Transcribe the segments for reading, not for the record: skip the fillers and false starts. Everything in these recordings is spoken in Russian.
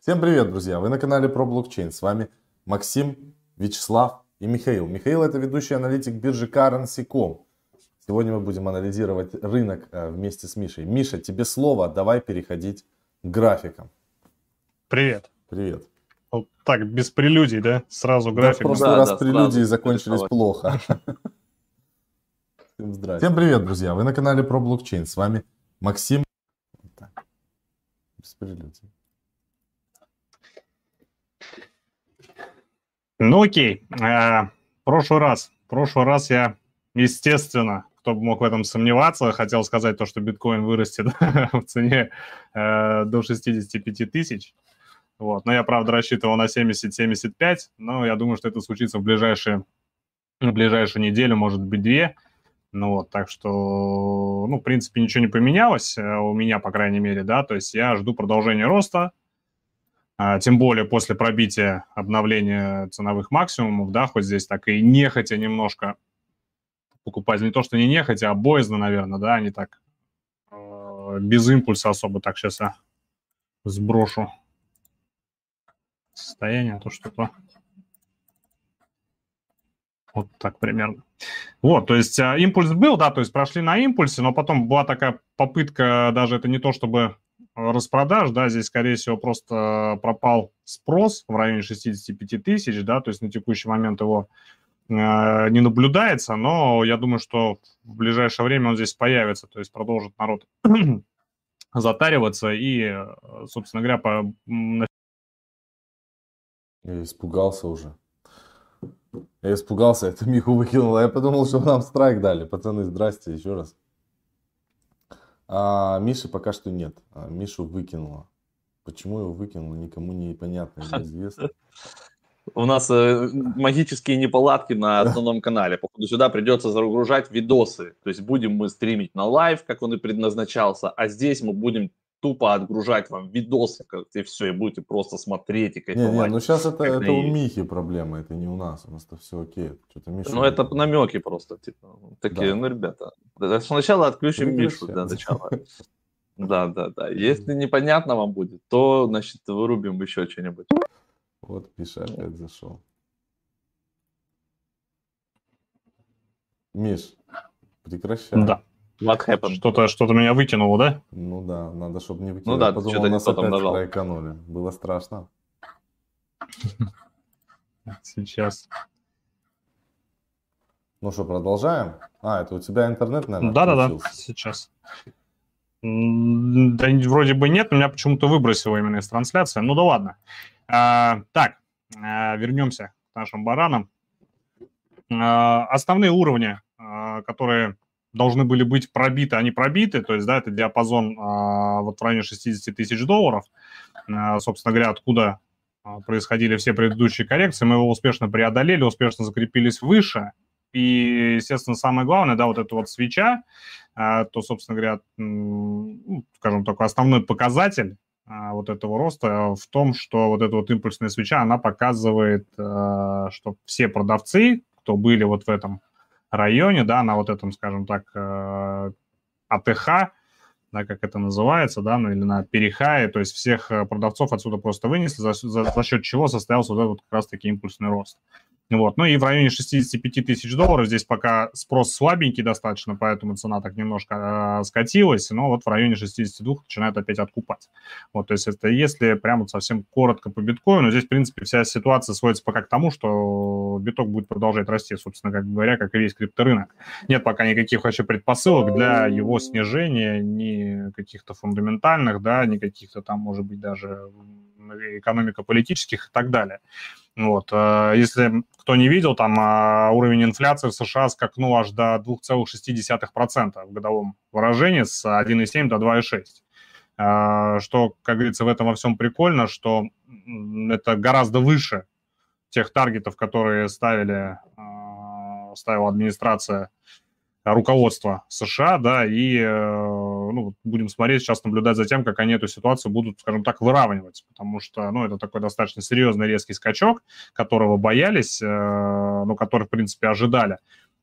Всем привет, друзья! Вы на канале про блокчейн. С вами Максим, Вячеслав и Михаил. Михаил — это ведущий аналитик биржи Currency.com. Сегодня мы будем анализировать рынок вместе с Мишей. Миша, тебе слово, давай переходить к графикам. Привет. Привет. Вот так, без прелюдий, да? Сразу график. В прошлый раз прелюдии закончились плохо. Всем здрасте. Всем привет, друзья! Вы на канале про блокчейн. С вами Максим. Без прелюдий. Ну окей, прошлый раз я, естественно, кто бы мог в этом сомневаться, хотел сказать то, что биткоин вырастет в цене до 65 тысяч. Вот. Но я, правда, рассчитывал на 70-75, но я думаю, что это случится в ближайшую неделю, может быть, две. Ну вот, так что, в принципе, ничего не поменялось у меня, по крайней мере, да, то есть я жду продолжения роста. Тем более после пробития обновления ценовых максимумов, да, хоть здесь так и нехотя немножко покупать, не то что не нехотя, а боязно, наверное, да, не так без импульса особо. Так, сейчас я сброшу состояние, а то что-то вот так примерно. Вот, то есть импульс был, да, то есть прошли на импульсе, но потом была такая попытка, даже это не то чтобы распродаж, да, здесь, скорее всего, просто пропал спрос в районе 65 тысяч, да, то есть на текущий момент его не наблюдается, но я думаю, что в ближайшее время он здесь появится, то есть продолжит народ затариваться и, собственно говоря, Я испугался уже. Это Миху выкинуло. Я подумал, что нам страйк дали. Пацаны, здрасте еще раз. Миши пока что нет. Мишу выкинуло. Почему его выкинуло, никому не понятно, неизвестно. У нас магические неполадки на основном канале. Походу, сюда придется загружать видосы. То есть будем мы стримить на лайв, как он и предназначался, а здесь мы будем тупо отгружать вам видосы, и все, и будете просто смотреть и кайфовать. Ну сейчас это у Михи проблема, это не у нас. У нас-то все окей. Что-то Миша. Ну это намеки просто, типа. Такие, да. Ребята, сначала отключим Мишу для начала. Да. Если непонятно вам будет, то, значит, вырубим еще что-нибудь. Вот Миша опять зашел. Миш, прекращай. Да. What happened? Что-то меня выкинуло, да? Ну да, надо, чтобы не выкинуло. Ну да, подумал, что-то не нас то там опять нажал. проэкономили. Было страшно. Сейчас. Ну что, продолжаем? Это у тебя интернет, наверное, Да, включился? сейчас. Да вроде бы нет, но меня почему-то выбросило именно из трансляции. Ну да ладно. Так, вернемся к нашим баранам. Основные уровни, которые должны были быть пробиты, они пробиты, то есть, да, это диапазон вот в районе 60 тысяч долларов, собственно говоря, откуда происходили все предыдущие коррекции, мы его успешно преодолели, успешно закрепились выше, и, естественно, самое главное, да, вот эта вот свеча, то, собственно говоря, скажем так, основной показатель вот этого роста в том, что вот эта вот импульсная свеча, она показывает, что все продавцы, кто были вот в этом районе, да, на вот этом, скажем так, АТХ, да, как это называется, да, ну или на перехае, то есть всех продавцов отсюда просто вынесли, за счет чего состоялся вот этот вот как раз-таки импульсный рост. Вот. Ну и в районе 65 тысяч долларов здесь пока спрос слабенький достаточно, поэтому цена так немножко скатилась, но вот в районе 62 начинают опять откупать. Вот, то есть это если прямо совсем коротко по биткоину, здесь, в принципе, вся ситуация сводится пока к тому, что биток будет продолжать расти, собственно говоря, как и весь крипторынок. Нет пока никаких вообще предпосылок для его снижения, ни каких-то фундаментальных, да, ни каких-то там, может быть, даже экономико-политических и так далее. Вот. Если кто не видел, там уровень инфляции в США скакнул аж до 2,6% в годовом выражении с 1,7 до 2,6. Что, как говорится, в этом во всем прикольно, что это гораздо выше тех таргетов, которые ставила администрация, руководство США, да, и будем смотреть, сейчас наблюдать за тем, как они эту ситуацию будут, скажем так, выравнивать, потому что, это такой достаточно серьезный резкий скачок, которого боялись, который, в принципе, ожидали.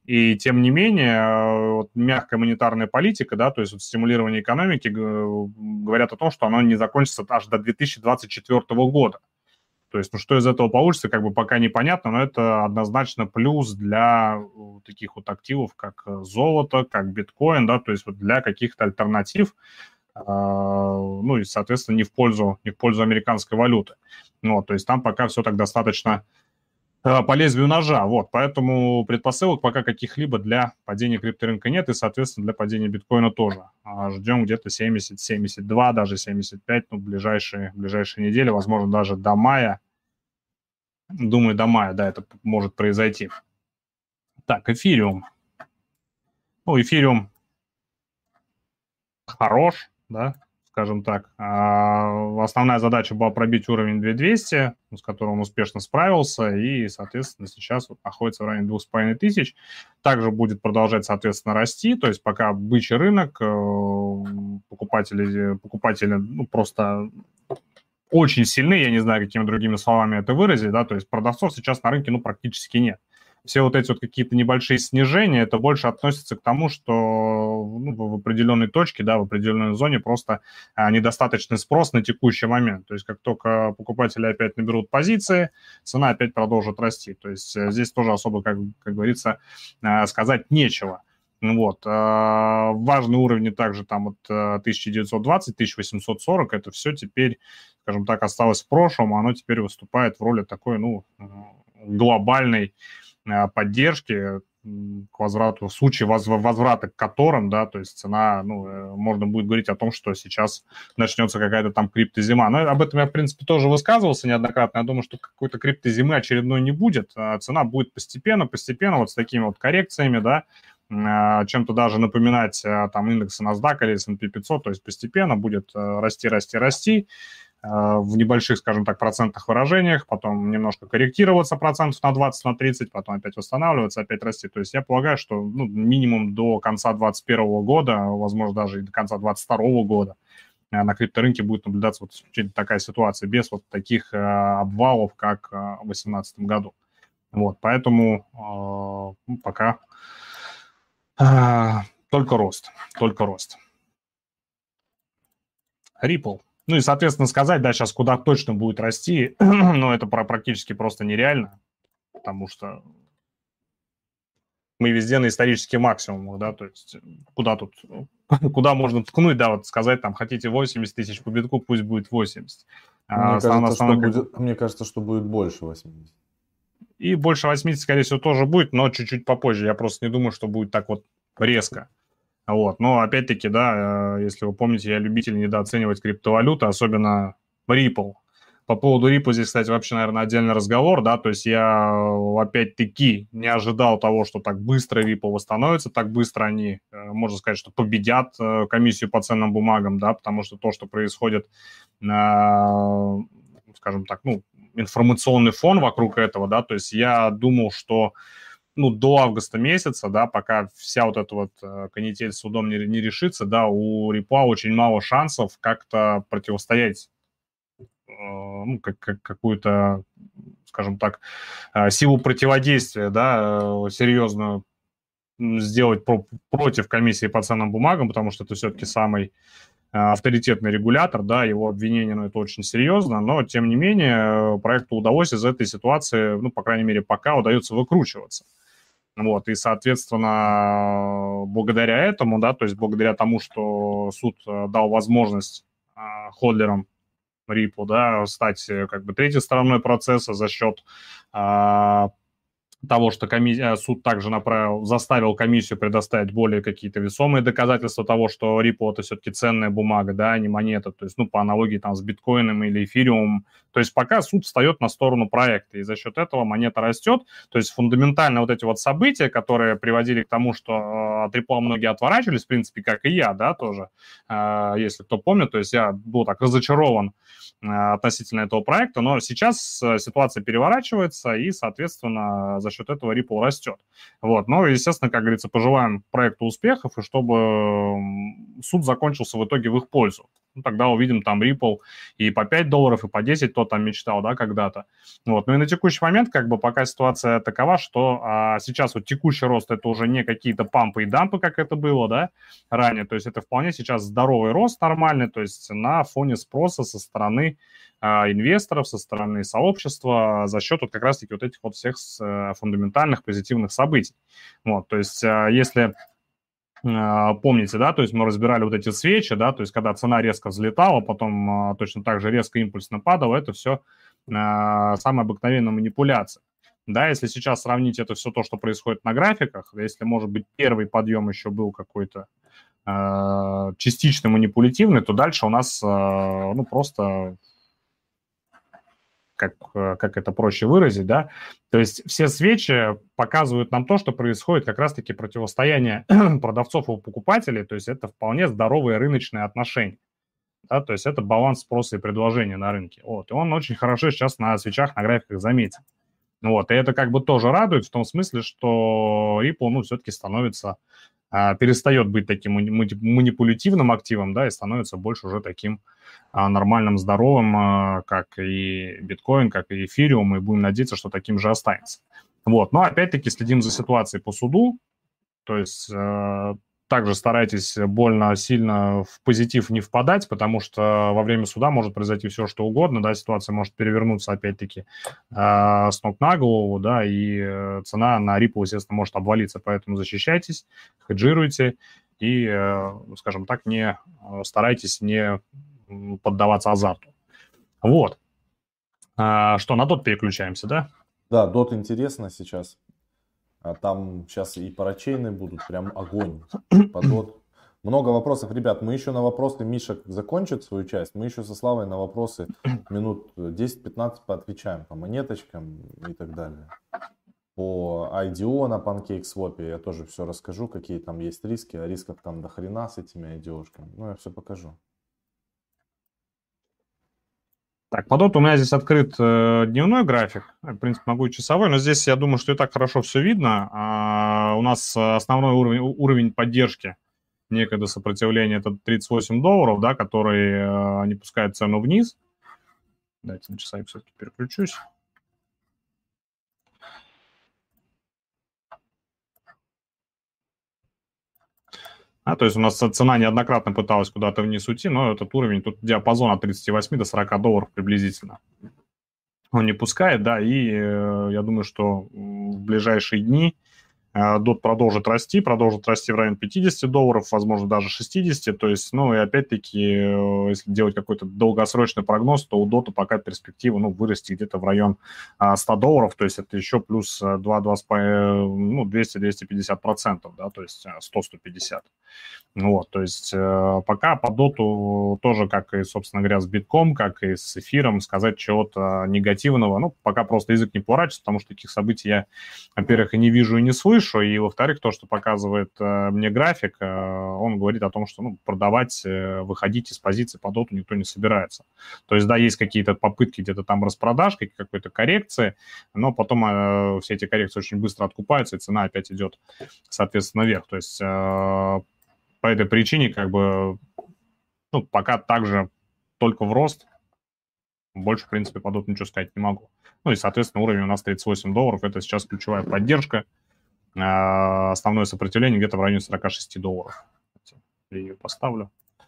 И тем не менее, вот мягкая монетарная политика, да, то есть вот стимулирование экономики, говорят о том, что оно не закончится аж до 2024 года. То есть, ну, что из этого получится, как бы пока непонятно, но это однозначно плюс для таких вот активов, как золото, как биткоин, да, то есть вот для каких-то альтернатив, ну и, соответственно, не в пользу американской валюты. Вот, то есть там пока все так достаточно по лезвию ножа, вот, поэтому предпосылок пока каких-либо для падения крипторынка нет, и, соответственно, для падения биткоина тоже. Ждем где-то 70, 72, даже 75, ну, в ближайшие недели, возможно, даже до мая. Думаю, до мая, да, это может произойти. Так, эфириум. Ну, эфириум хорош, да, скажем так. Основная задача была пробить уровень 2200, с которым он успешно справился, и, соответственно, сейчас вот находится в районе 2500. Также будет продолжать, соответственно, расти, то есть пока бычий рынок, покупатели ну, просто очень сильны, я не знаю, какими другими словами это выразить, да, то есть продавцов сейчас на рынке, ну, практически нет. Все вот эти вот какие-то небольшие снижения, это больше относится к тому, что ну, в определенной точке, да, в определенной зоне просто недостаточный спрос на текущий момент. То есть как только покупатели опять наберут позиции, цена опять продолжит расти. То есть здесь тоже особо, как говорится, сказать нечего. Вот. Важные уровни также там от 1920, 1840, это все теперь, скажем так, осталось в прошлом, оно теперь выступает в роли такой, ну, глобальной поддержки к возврату, в случае возврата к которым, да, то есть цена, ну, можно будет говорить о том, что сейчас начнется какая-то там криптозима. Но об этом я, в принципе, тоже высказывался неоднократно. Я думаю, что какой-то криптозимы очередной не будет. Цена будет постепенно, вот с такими вот коррекциями, да, чем-то даже напоминать там индексы NASDAQ или S&P 500, то есть постепенно будет расти в небольших, скажем так, процентных выражениях, потом немножко корректироваться процентов на 20, на 30, потом опять восстанавливаться, опять расти. То есть я полагаю, что ну, минимум до конца 2021 года, возможно, даже и до конца 2022 года на крипторынке будет наблюдаться вот такая ситуация, без вот таких обвалов, как в 2018 году. Вот, поэтому пока только рост. Ripple. Ну и, соответственно, сказать, да, сейчас куда точно будет расти, но это практически просто нереально, потому что мы везде на исторических максимумах, да, то есть куда можно ткнуть, да, вот сказать, там, хотите 80 тысяч по битку, пусть будет 80. Мне кажется, что будет больше 80. И больше 80, скорее всего, тоже будет, но чуть-чуть попозже. Я просто не думаю, что будет так вот резко. Вот. Но опять-таки, да, если вы помните, я любитель недооценивать криптовалюты, особенно Ripple. По поводу Ripple здесь, кстати, вообще, наверное, отдельный разговор, да, то есть я опять-таки не ожидал того, что так быстро Ripple восстановится, так быстро они, можно сказать, что победят комиссию по ценным бумагам, да, потому что то, что происходит, скажем так, ну, информационный фон вокруг этого, да, то есть я думал, что ну, до августа месяца, да, пока вся вот эта вот канитель с судом не решится, да, у Рипла очень мало шансов как-то противостоять, ну, какую-то, скажем так, силу противодействия, да, серьезную сделать против комиссии по ценным бумагам, потому что это все-таки самый авторитетный регулятор, да, его обвинение, ну, это очень серьезно, но, тем не менее, проекту удалось из этой ситуации, ну, по крайней мере, пока удается выкручиваться. Вот, и, соответственно, благодаря этому, да, то есть благодаря тому, что суд дал возможность холдерам Ripple, да, стать как бы третьей стороной процесса за счет того, что суд также заставил комиссию предоставить более какие-то весомые доказательства того, что Ripple это все-таки ценная бумага, да, а не монета, то есть, ну, по аналогии там с биткоином или эфириумом. То есть пока суд встает на сторону проекта, и за счет этого монета растет. То есть фундаментально вот эти вот события, которые приводили к тому, что от Ripple многие отворачивались, в принципе, как и я, да, тоже, если кто помнит, то есть я был так разочарован относительно этого проекта, но сейчас ситуация переворачивается, и, соответственно, за счет этого Ripple растет. Вот. Но, естественно, как говорится, пожелаем проекту успехов, и чтобы суд закончился в итоге в их пользу. Ну, тогда увидим там Ripple и по $5, и по $10 кто там мечтал, да, когда-то. Вот. Ну и на текущий момент, как бы, пока ситуация такова, что сейчас вот текущий рост, это уже не какие-то пампы и дампы, как это было, да, ранее, то есть это вполне сейчас здоровый рост нормальный, то есть на фоне спроса со стороны инвесторов, со стороны сообщества за счет вот как раз-таки вот этих вот всех фундаментальных позитивных событий. Вот, то есть если помните, да, то есть мы разбирали вот эти свечи, да, то есть когда цена резко взлетала, потом точно так же резко импульсно падала, это все самая обыкновенная манипуляция. Да, если сейчас сравнить это все то, что происходит на графиках, если, может быть, первый подъем еще был какой-то частично манипулятивный, то дальше у нас, ну, просто, как это проще выразить, да, то есть все свечи показывают нам то, что происходит как раз-таки противостояние продавцов и покупателей, то есть это вполне здоровые рыночные отношения, да, то есть это баланс спроса и предложения на рынке, вот, и он очень хорошо сейчас на свечах, на графиках заметен. Вот, и это как бы тоже радует в том смысле, что Ripple, ну, все-таки становится, перестает быть таким манипулятивным активом, да, и становится больше уже таким нормальным, здоровым, как и биткоин, как и эфириум, и будем надеяться, что таким же останется. Вот, но опять-таки следим за ситуацией по суду, то есть также старайтесь больно сильно в позитив не впадать, потому что во время суда может произойти все, что угодно, да, ситуация может перевернуться, опять-таки, с ног на голову, да, и цена на Ripple, естественно, может обвалиться, поэтому защищайтесь, хеджируйте и, скажем так, не старайтесь не поддаваться азарту. Вот. Что, на DOT переключаемся, да? Да, DOT интересно сейчас. Там сейчас и парачейны будут, прям огонь по DOT. Много вопросов, ребят, мы еще на вопросы, Миша закончит свою часть, мы еще со Славой на вопросы минут 10-15 поотвечаем по монеточкам и так далее. По IDO на PancakeSwap я тоже все расскажу, какие там есть риски, а рисков там до хрена с этими IDO-шками. Ну, я все покажу. Так, по DOT у меня здесь открыт дневной график, в принципе, могу и часовой, но здесь я думаю, что и так хорошо все видно. У нас основной уровень поддержки, некогда сопротивления, это $38, да, который не пускает цену вниз. Дайте на часовик все-таки переключусь. То есть у нас цена неоднократно пыталась куда-то вниз уйти, но этот уровень, тут диапазон от 38 до $40 приблизительно. Он не пускает, да, и я думаю, что в ближайшие дни DOT продолжит расти в районе $50, возможно, даже 60. То есть, ну, и опять-таки, если делать какой-то долгосрочный прогноз, то у DOT пока перспектива, ну, вырасти где-то в район $100, то есть это еще плюс 200-250%, да, то есть 100-150. Вот, то есть пока по DOT тоже, как и, собственно говоря, с битком, как и с эфиром, сказать чего-то негативного, ну, пока просто язык не поворачивается, потому что таких событий я, во-первых, и не вижу, и не слышу, и, во-вторых, то, что показывает мне график, он говорит о том, что, ну, продавать, выходить из позиции по DOT никто не собирается. То есть, да, есть какие-то попытки где-то там распродажки, какой-то коррекции, но потом все эти коррекции очень быстро откупаются, и цена опять идет, соответственно, вверх. То есть по этой причине, как бы, ну, пока также только в рост, больше, в принципе, по DOT ничего сказать не могу. Ну и, соответственно, уровень у нас $38, это сейчас ключевая поддержка. Основное сопротивление где-то в районе $46. Я ее поставлю.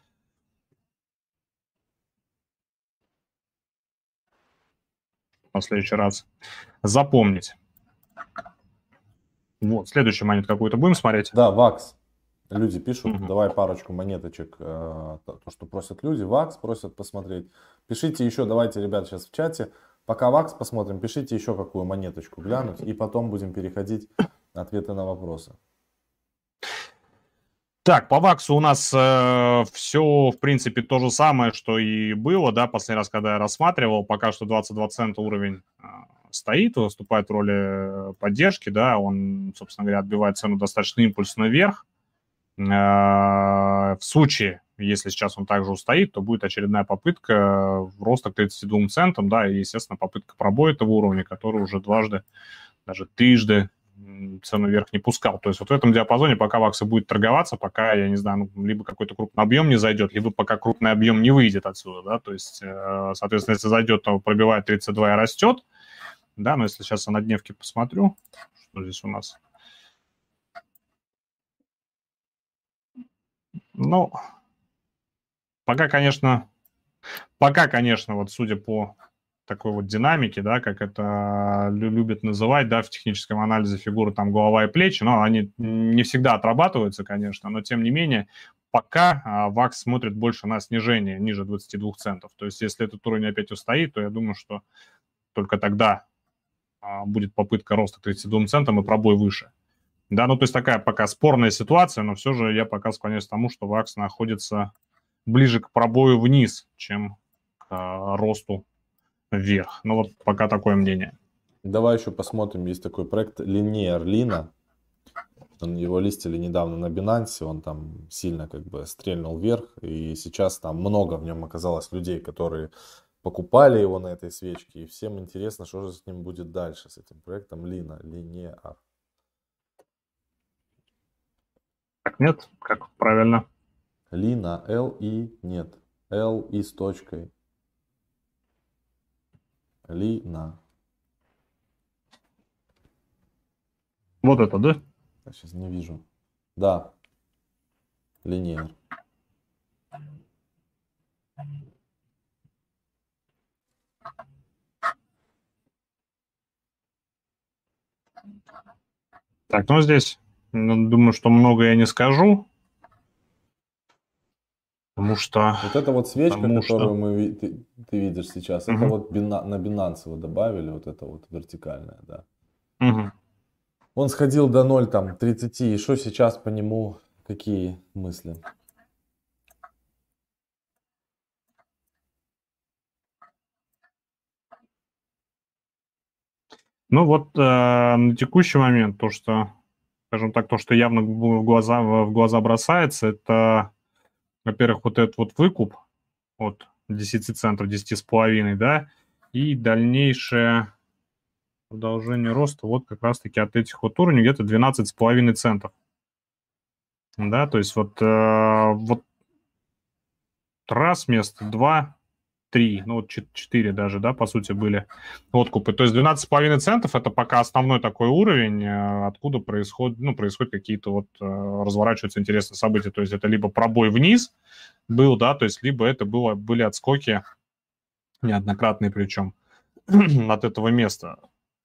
В следующий раз запомнить. Вот, следующую монету какую-то будем смотреть? Да, VAX. Люди пишут, давай парочку монеточек, то, что просят люди. VAX просят посмотреть. Пишите еще, давайте, ребят, сейчас в чате. Пока VAX посмотрим, пишите еще какую монеточку глянуть. И потом будем переходить на ответы на вопросы. Так, по VAX у нас все, в принципе, то же самое, что и было, да, последний раз, когда я рассматривал. Пока что 22 цента уровень стоит, выступает в роли поддержки, да, он, собственно говоря, отбивает цену достаточно импульсно вверх. В случае, если сейчас он также устоит, то будет очередная попытка роста к 32 центам, да, и, естественно, попытка пробоя этого уровня, который уже дважды, даже трижды цену вверх не пускал. То есть вот в этом диапазоне пока вакс будет торговаться, пока, я не знаю, либо какой-то крупный объем не зайдет, либо пока крупный объем не выйдет отсюда, да, то есть, соответственно, если зайдет, то пробивает 32 и растет, да, но если сейчас я на дневке посмотрю, что здесь у нас, ну, пока, конечно, вот судя по такой вот динамики, да, как это любят называть, да, в техническом анализе фигуры там голова и плечи, но они не всегда отрабатываются, конечно, но тем не менее пока ВАКС смотрит больше на снижение ниже 22 центов. То есть если этот уровень опять устоит, то я думаю, что только тогда будет попытка роста к 32 центам и пробой выше. Да, ну то есть такая пока спорная ситуация, но все же я пока склоняюсь к тому, что ВАКС находится ближе к пробою вниз, чем к росту вверх. Ну вот пока такое мнение. Давай еще посмотрим, есть такой проект Linear Lina. Его листили недавно на Binance, он там сильно как бы стрельнул вверх, и сейчас там много в нем оказалось людей, которые покупали его на этой свечке, и всем интересно, что же с ним будет дальше, с этим проектом Linear. Так, нет? Как правильно? Lina, L-I, нет, L-I с точкой. Лина. Вот это, да? Я сейчас не вижу. Да. Linear. Так, ну здесь, думаю, что много я не скажу. Потому что... Вот эта вот свечка, которую ты видишь сейчас, это вот на Binance его добавили, вот это вот вертикальная, да. Он сходил до 0,30, и что сейчас по нему, какие мысли? Ну вот на текущий момент то, что, скажем так, то, что явно в глаза бросается, это, во-первых, вот этот вот выкуп от 10 центов, 10,5, да, и дальнейшее продолжение роста вот как раз-таки от этих вот уровней где-то 12,5 центов. Да, то есть вот раз место, два, 3, ну вот 4 даже, да, по сути, были откупы. То есть 12,5 центов – это пока основной такой уровень, откуда происходят какие-то вот разворачиваются интересные события. То есть это либо пробой вниз был, да, то есть либо это были отскоки неоднократные причем от этого места.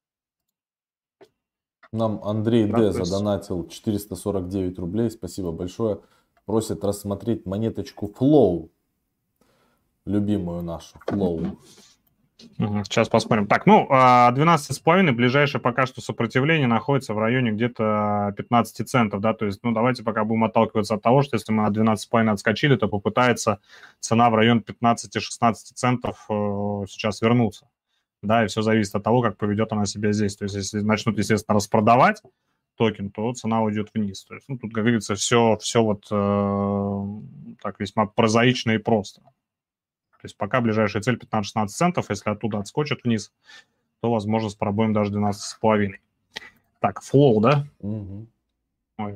Нам Андрей Д. задонатил 449 рублей, спасибо большое. Просит рассмотреть монеточку Flow. Любимую нашу, Flow. Сейчас посмотрим. Так, ну, 12,5, ближайшее пока что сопротивление находится в районе где-то 15 центов, да, то есть, ну, давайте пока будем отталкиваться от того, что если мы от 12,5 отскочили, то попытается цена в район 15-16 центов сейчас вернуться, да, и все зависит от того, как поведет она себя здесь, то есть, если начнут, естественно, распродавать токен, то цена уйдет вниз, то есть, ну, тут, как говорится, все вот так весьма прозаично и просто. То есть пока ближайшая цель 15-16 центов. Если оттуда отскочит вниз, то, возможно, с пробоем даже 12,5. Так, Flow, да? Угу. Ой,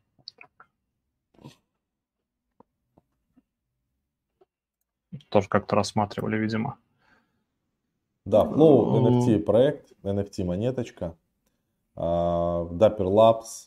тоже как-то рассматривали, видимо. Да, Flow NFT проект, NFT монеточка. Dapper Labs,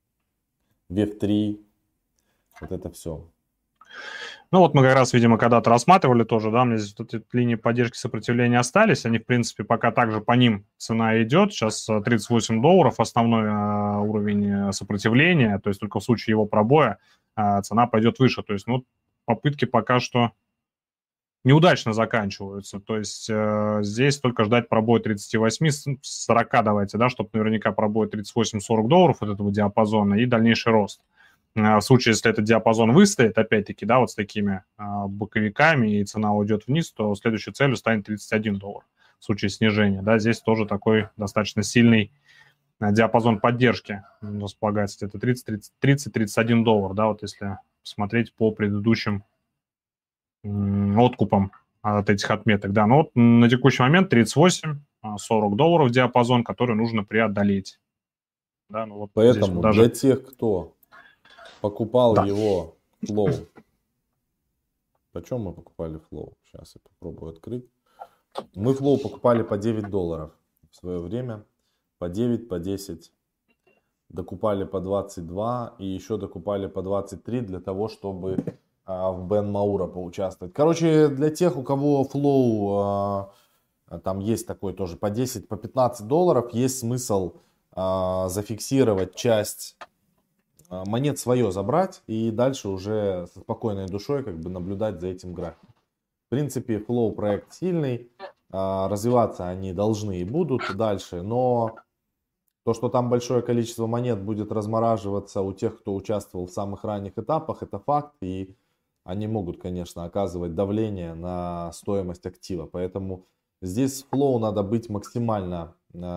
Web3. Вот это все. Ну вот мы как раз, видимо, когда-то рассматривали тоже, да, у меня здесь тут эти линии поддержки сопротивления остались, они, в принципе, пока также по ним цена идет, сейчас $38 основной уровень сопротивления, то есть только в случае его пробоя цена пойдет выше, то есть, ну, попытки пока что неудачно заканчиваются, то есть здесь только ждать пробоя 38-40, давайте, да, чтобы наверняка пробой $38-40 от этого диапазона и дальнейший рост. В случае, если этот диапазон выстоит, опять-таки, да, вот с такими боковиками, и цена уйдет вниз, то следующей целью станет $31 в случае снижения. Да, здесь тоже такой достаточно сильный диапазон поддержки располагается, где-то $30-31, да, вот если смотреть по предыдущим откупам от этих отметок. Да, но вот на текущий момент $38-40 диапазон, который нужно преодолеть. Да, ну вот здесь Поэтому вот даже для тех, кто покупал да. его Flow, почем мы покупали Flow? Сейчас я попробую открыть. Мы Flow покупали по $9 в свое время, по 9, по 10. Докупали по 22 и еще докупали по 23 для того, чтобы в Бен Маура поучаствовать. Короче, для тех, у кого Flow, там есть такой тоже по 10, по $15, есть смысл зафиксировать часть монет свое забрать и дальше уже со спокойной душой как бы наблюдать за этим графиком. В принципе, Flow проект сильный, развиваться они должны и будут дальше, но то, что там большое количество монет будет размораживаться у тех, кто участвовал в самых ранних этапах, это факт, и они могут, конечно, оказывать давление на стоимость актива. Поэтому здесь в Flow надо быть максимально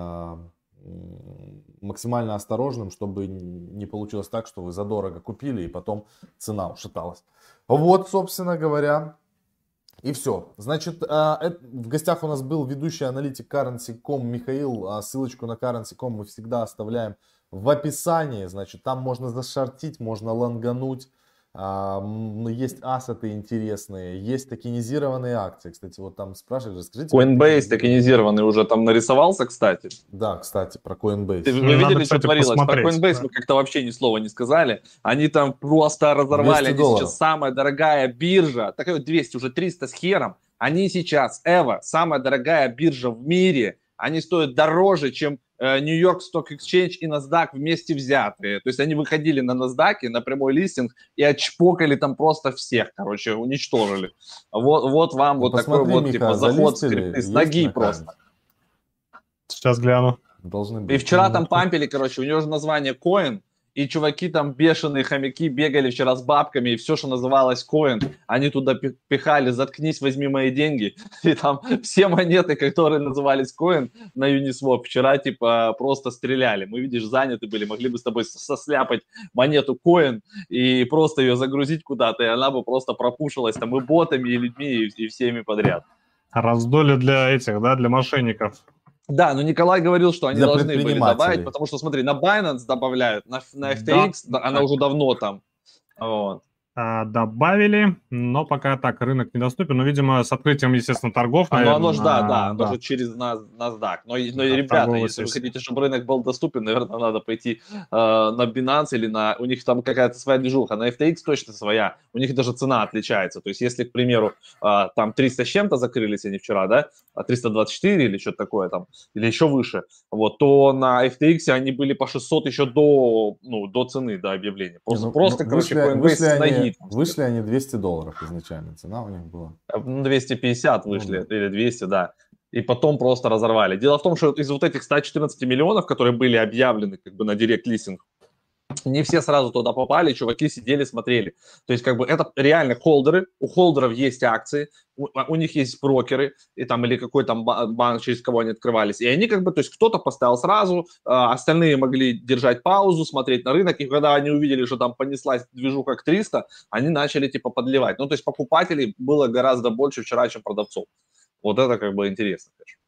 осторожным, чтобы не получилось так, что вы задорого купили и потом цена ушаталась. Вот, собственно говоря, и все. Значит, в гостях у нас был ведущий аналитик Currency.com Михаил. Ссылочку на Currency.com мы всегда оставляем в описании. Значит, там можно зашортить, можно лонгануть. Есть ассеты интересные, есть токенизированные акции. Кстати, вот там спрашивали, расскажите. Coinbase токенизированный уже там нарисовался, кстати. Да, кстати, про Coinbase. Вы Надо, видели, кстати, что творилось? Про посмотреть, Coinbase да. мы как-то вообще ни слова не сказали. Они там просто разорвали. Они $200. сейчас самая дорогая биржа. Такая вот 200, уже 300 с хером. Они сейчас, EVO, самая дорогая биржа в мире. Они стоят дороже, чем Нью-Йорк Stock Exchange и NASDAQ вместе взятые. То есть они выходили на NASDAQ, на прямой листинг и отчпокали там просто всех, короче, уничтожили. Вот вам вот такой Посмотри, вот Миха, типа заход с залистили, крипты, с есть ноги на просто. Currency? Сейчас гляну. Должны И быть. вчера там пампили, короче, у него же название Coin, и чуваки там бешеные хомяки бегали вчера с бабками, и все, что называлось Coin, они туда пихали, заткнись, возьми мои деньги, и там все монеты, которые назывались Coin на Uniswap, вчера типа просто стреляли. Мы, видишь, заняты были, могли бы с тобой сосляпать монету Coin и просто ее загрузить куда-то, и она бы просто пропушилась там и ботами, и людьми, и всеми подряд. Раздолье для этих, да, для мошенников. Да, но Николай говорил, что они Для должны были добавить, предпринимателей. потому что, смотри, на Binance добавляют, на Да. FTX, она уже давно там. Вот. Добавили, но пока так рынок недоступен. Но, видимо, с открытием, естественно, торгов, наверное. Оно же, да, оно же через NASDAQ. Но ребята, торговой если вы сессии. хотите, чтобы рынок был доступен, наверное, надо пойти на Binance или у них там какая-то своя движуха. На FTX точно своя. У них даже цена отличается. То есть, если, к примеру, там 300 с чем-то закрылись они вчера, да, 324 или что-то такое там, или еще выше, вот, то на FTX они были по 600 еще до цены, до объявления. Просто короче, Coinbase с ноги. Вышли они $200 изначально, цена у них была. 250 вышли, Ну, да. или 200, да. И потом просто разорвали. Дело в том, что из вот этих 114 миллионов, которые были объявлены как бы на директ-листинг, не все сразу туда попали, чуваки сидели, смотрели. То есть, как бы, это реально холдеры, у холдеров есть акции, у них есть брокеры, и там, или какой там банк, через кого они открывались. И они как бы, то есть, кто-то поставил сразу, остальные могли держать паузу, смотреть на рынок, и когда они увидели, что там понеслась движуха к 300, они начали, типа, подливать. Ну, то есть, покупателей было гораздо больше вчера, чем продавцов. Вот это, как бы, интересно,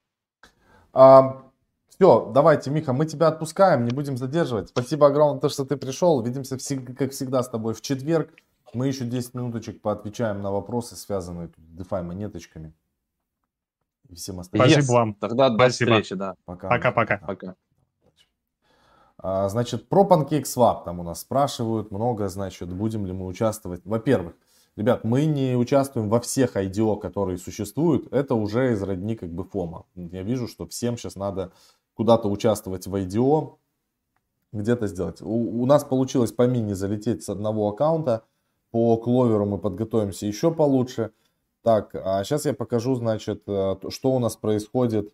конечно. Все, давайте, Миха, мы тебя отпускаем, не будем задерживать. Спасибо огромное, то, что ты пришел. Видимся, как всегда, с тобой в четверг. Мы еще 10 минуточек поотвечаем на вопросы, связанные с DeFi монеточками. И всем остальным. Спасибо вам. Тогда до Спасибо. встречи, да. Пока-пока. Пока. Значит, про PancakeSwap там у нас спрашивают много, значит, будем ли мы участвовать. Во-первых, ребят, мы не участвуем во всех IDO, которые существуют. Это уже из родни как бы фома. Я вижу, что всем сейчас надо куда-то участвовать в IDO, где-то сделать. У нас получилось по мини залететь с одного аккаунта. По кловеру мы подготовимся еще получше. Так, а сейчас я покажу, значит, что у нас происходит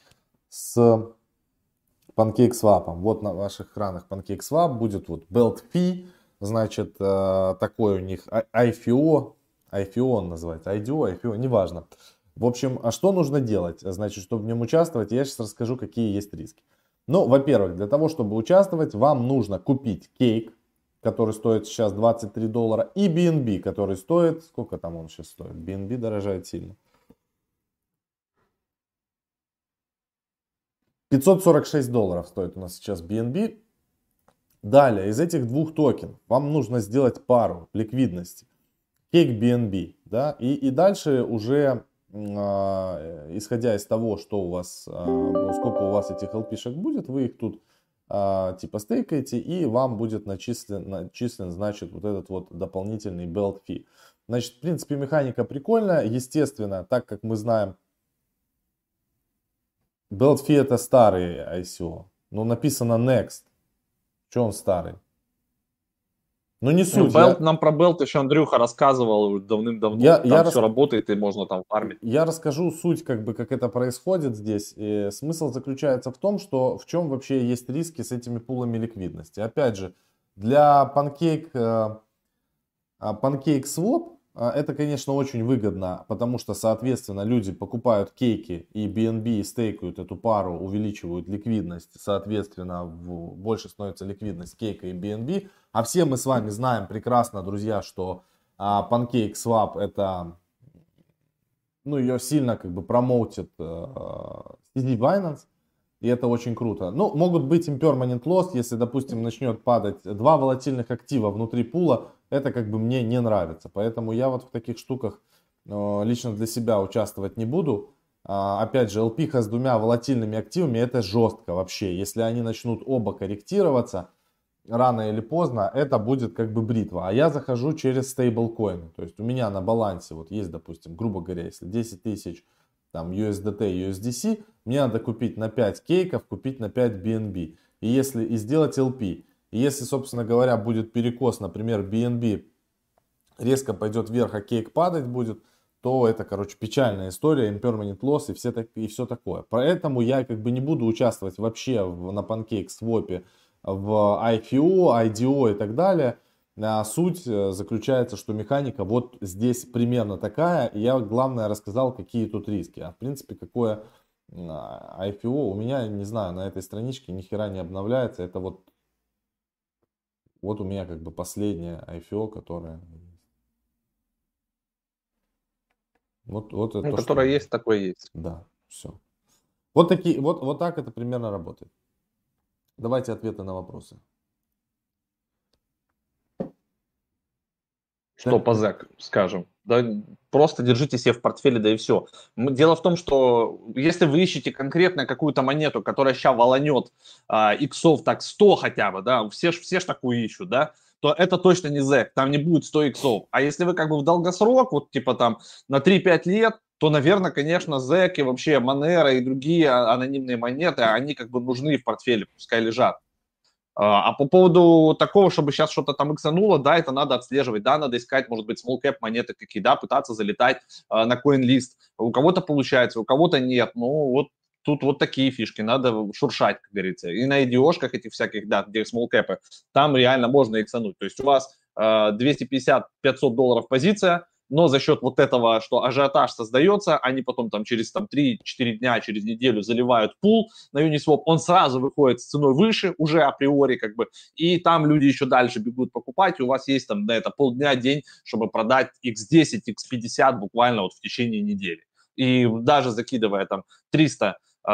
с PancakeSwap. Вот на ваших экранах PancakeSwap будет вот Belt Fee. Значит, такой у них IFO он называется, IDO, неважно. В общем, а что нужно делать, значит, чтобы в нем участвовать, я сейчас расскажу, какие есть риски. Ну, во-первых, для того, чтобы участвовать, вам нужно купить Cake, который стоит сейчас $23, и BNB, который стоит, сколько там он сейчас стоит? BNB дорожает сильно. $546 стоит у нас сейчас BNB. Далее, из этих двух токенов вам нужно сделать пару ликвидности. Cake BNB, да, и дальше уже, исходя из того, что у вас, сколько у вас этих LP-шек будет, вы их тут типа стейкаете, и вам будет начислен, значит, вот этот вот дополнительный belt fee. Значит, в принципе, механика прикольная, естественно, так как мы знаем, belt fee это старый ICO, но написано next, что он старый? Ну не суть. Нам про Белт еще Андрюха рассказывал давным-давно. Там все работает и можно там фармить. Я расскажу суть, как это происходит здесь. И смысл заключается в том, что в чем вообще есть риски с этими пулами ликвидности. Опять же, для PancakeSwap это, конечно, очень выгодно, потому что, соответственно, люди покупают кейки и BNB, стейкают эту пару, увеличивают ликвидность, соответственно, больше становится ликвидность кейка и BNB. А все мы с вами знаем прекрасно, друзья, что PancakeSwap это, ну, ее сильно промоутит CZ Binance. И это очень круто. Ну, могут быть impermanent loss, если, допустим, начнет падать два волатильных актива внутри пула. Это мне не нравится. Поэтому я вот в таких штуках лично для себя участвовать не буду. Опять же, LP с двумя волатильными активами это жестко вообще. Если они начнут оба корректироваться, рано или поздно это будет бритва. А я захожу через стейблкоины. То есть у меня на балансе вот есть, допустим, грубо говоря, если 10 тысяч там USDT, USDC, мне надо купить на 5 кейков, купить на 5 BNB. И сделать LP. И если, собственно говоря, будет перекос, например, BNB резко пойдет вверх, а кейк падать будет, то это, печальная история, impermanent loss и все такое. Поэтому я не буду участвовать вообще на PancakeSwap, в IPO, IDO и так далее. Суть заключается, что механика вот здесь примерно такая. И я, главное, рассказал, какие тут риски. А в принципе, какое IPO у меня, не знаю, на этой страничке ни хера не обновляется. Это вот у меня последнее IPO, которое... Вот это ну, то, которое что... есть, такое есть. Да, все. Вот так это примерно работает. Давайте ответы на вопросы. Что по ZEC скажем? Да, просто держите себе в портфеле, да и все. Дело в том, что если вы ищете конкретно какую-то монету, которая сейчас волонет иксов так 100 хотя бы, да, все ж такую ищут, да, то это точно не ZEC, там не будет 100 иксов. А если вы в долгосрок, вот типа там на 3-5 лет, то, наверное, конечно, ZEC и вообще Monero и другие анонимные монеты, они нужны в портфеле, пускай лежат. А по поводу такого, чтобы сейчас что-то там иксануло, да, это надо отслеживать, да, надо искать, может быть, small cap монеты какие, да, пытаться залетать на CoinList. У кого-то получается, у кого-то нет. Ну, вот тут вот такие фишки, надо шуршать, как говорится. И на IDO-шках этих всяких, да, где small cap, там реально можно иксануть. То есть у вас $250-500 позиция, но за счет вот этого, что ажиотаж создается, они потом там через 3-4 дня, через неделю заливают пул на Uniswap, он сразу выходит с ценой выше уже априори, и там люди еще дальше бегут покупать, и у вас есть там на это полдня, день, чтобы продать X10, X50 буквально вот в течение недели. И даже закидывая там $300,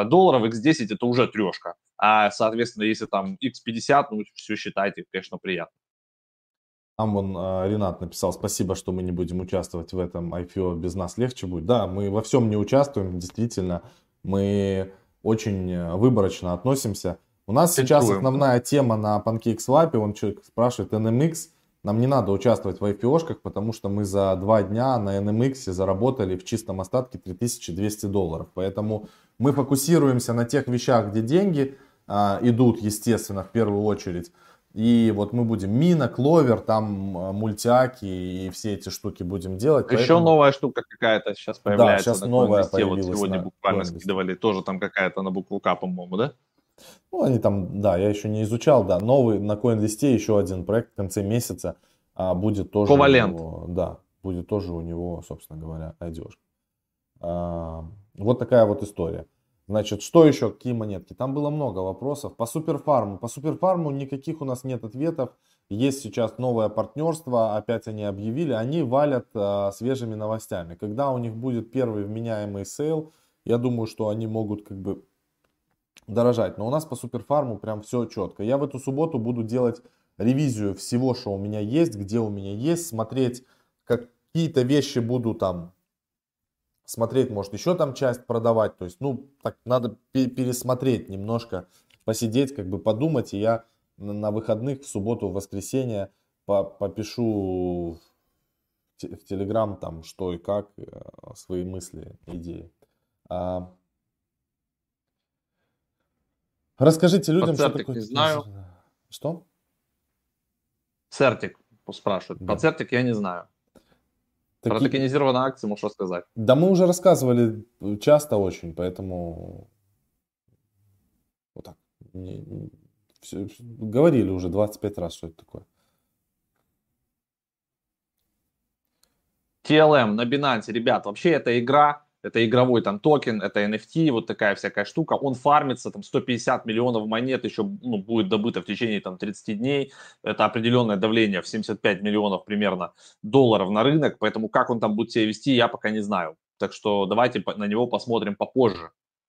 X10 это уже трешка. А, соответственно, если там X50, ну, все считайте, конечно, приятно. Там Ренат написал: спасибо, что мы не будем участвовать в этом IPO, без нас легче будет. Да, мы во всем не участвуем, действительно, мы очень выборочно относимся. У нас сейчас основная тема на PancakeSwap, он человек спрашивает NMX, нам не надо участвовать в IPO-шках, потому что мы за 2 дня на NMX заработали в чистом остатке $3200. Поэтому мы фокусируемся на тех вещах, где деньги идут, естественно, в первую очередь. И вот мы будем Мина, Кловер, там мультиаки и все эти штуки будем делать. Еще поэтому... новая штука какая-то сейчас появляется. Да, сейчас новая появилась. Вот сегодня буквально скидывали, тоже там какая-то на букву К, по-моему, да? Ну, они там, да, я еще не изучал, да. Новый на CoinList еще один проект в конце месяца будет тоже. Ковалент. Да, будет тоже у него, собственно говоря, IDO-шка. Вот такая вот история. Значит, что еще, какие монетки? Там было много вопросов. По Суперфарму. По Суперфарму никаких у нас нет ответов. Есть сейчас новое партнерство, опять они объявили. Они валят свежими новостями. Когда у них будет первый вменяемый сейл, я думаю, что они могут дорожать. Но у нас по суперфарму прям все четко. Я в эту субботу буду делать ревизию всего, что у меня есть, где у меня есть, смотреть какие-то вещи буду там смотреть, может еще там часть продавать. То есть, ну, так надо пересмотреть немножко, посидеть, как бы подумать. И я на выходных, в субботу, в воскресенье попишу в Телеграм там что и как, свои мысли, идеи. Расскажите людям, что Цертик такое... не знаю. Что? Цертик спрашивает. Да. Про Цертик я не знаю. Про токенизированные акции можешь рассказать. Да мы уже рассказывали часто очень, поэтому вот так. Говорили уже 25 раз, что это такое. TLM на Binance, ребят, вообще это игра, это игровой там токен, это NFT, вот такая всякая штука. Он фармится, там 150 миллионов монет еще будет добыто в течение там 30 дней. Это определенное давление в 75 миллионов примерно долларов на рынок, поэтому как он там будет себя вести, я пока не знаю. Так что давайте на него посмотрим попозже.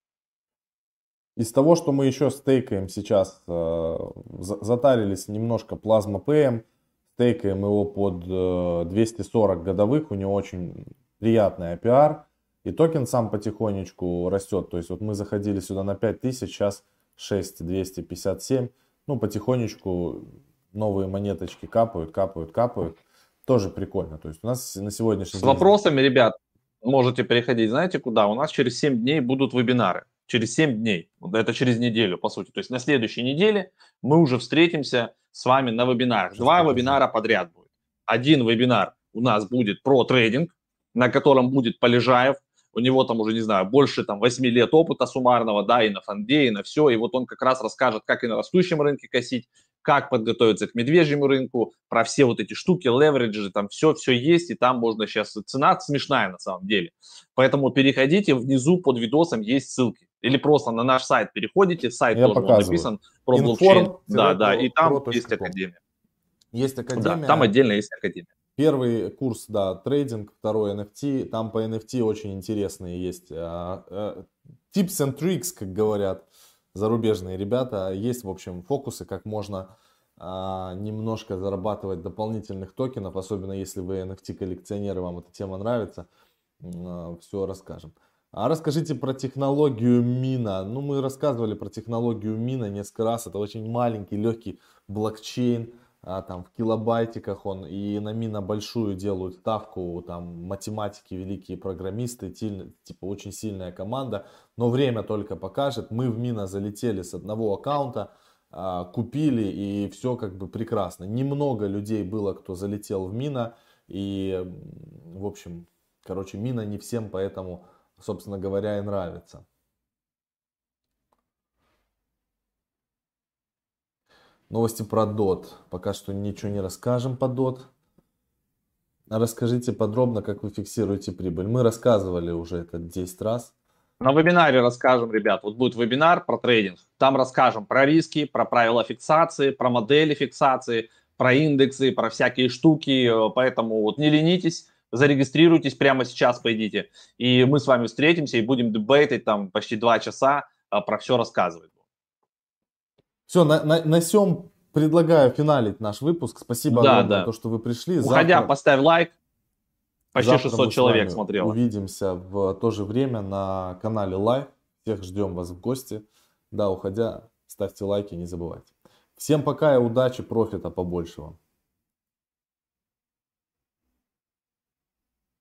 Из того, что мы еще стейкаем сейчас, затарились немножко Plasma PM, стейкаем его под 240 годовых, у него очень приятный APR, и токен сам потихонечку растет. То есть вот мы заходили сюда на 5000, сейчас 6257, ну потихонечку новые монеточки капают. Тоже прикольно. То есть у нас на сегодняшний день... С вопросами, ребят, можете переходить, знаете куда? У нас через 7 дней будут вебинары. Через 7 дней. Это через неделю, по сути. То есть на следующей неделе мы уже встретимся с вами на вебинарах. Сейчас 2 вебинара подряд будет. Один вебинар у нас будет про трейдинг, на котором будет Полежаев. У него там уже, не знаю, больше там 8 лет опыта суммарного, да, и на фонде, и на все. И вот он как раз расскажет, как и на растущем рынке косить, как подготовиться к медвежьему рынку, про все вот эти штуки, левериджи, там все есть, и там можно сейчас, цена смешная на самом деле. Поэтому переходите, внизу под видосом есть ссылки. Или просто на наш сайт переходите, сайт я тоже написан про блокчейн. Да, и там есть академия. Есть академия. Да, там отдельно есть академия. Первый курс, да, трейдинг, второй NFT. Там по NFT очень интересные есть tips and tricks, как говорят зарубежные ребята. Есть, в общем, фокусы, как можно немножко зарабатывать дополнительных токенов, особенно если вы NFT-коллекционеры, вам эта тема нравится. Все расскажем. А расскажите про технологию Мина. Ну, мы рассказывали про технологию Мина несколько раз. Это очень маленький, легкий блокчейн. Там в килобайтиках он, и на Мина большую делают ставку, там математики, великие программисты, типа очень сильная команда, но время только покажет. Мы в Мина залетели с одного аккаунта, купили, и все как бы прекрасно. Немного людей было, кто залетел в Мина, и в общем, короче, Мина не всем поэтому, собственно говоря, и нравится. Новости про DOT. Пока что ничего не расскажем по DOT. Расскажите подробно, как вы фиксируете прибыль. Мы рассказывали уже это 10 раз. На вебинаре расскажем, ребят. Вот будет вебинар про трейдинг. Там расскажем про риски, про правила фиксации, про модели фиксации, про индексы, про всякие штуки. Поэтому вот не ленитесь, зарегистрируйтесь прямо сейчас, пойдите. И мы с вами встретимся и будем дебейтить там почти 2 часа, про все рассказывать. Все, на сём предлагаю финалить наш выпуск. Спасибо огромное за то, что вы пришли. Уходя, поставь лайк. Почти 600 человек смотрело. Увидимся в то же время на канале Live. Всех ждем вас в гости. Да, уходя, ставьте лайки, не забывайте. Всем пока и удачи, профита побольше вам.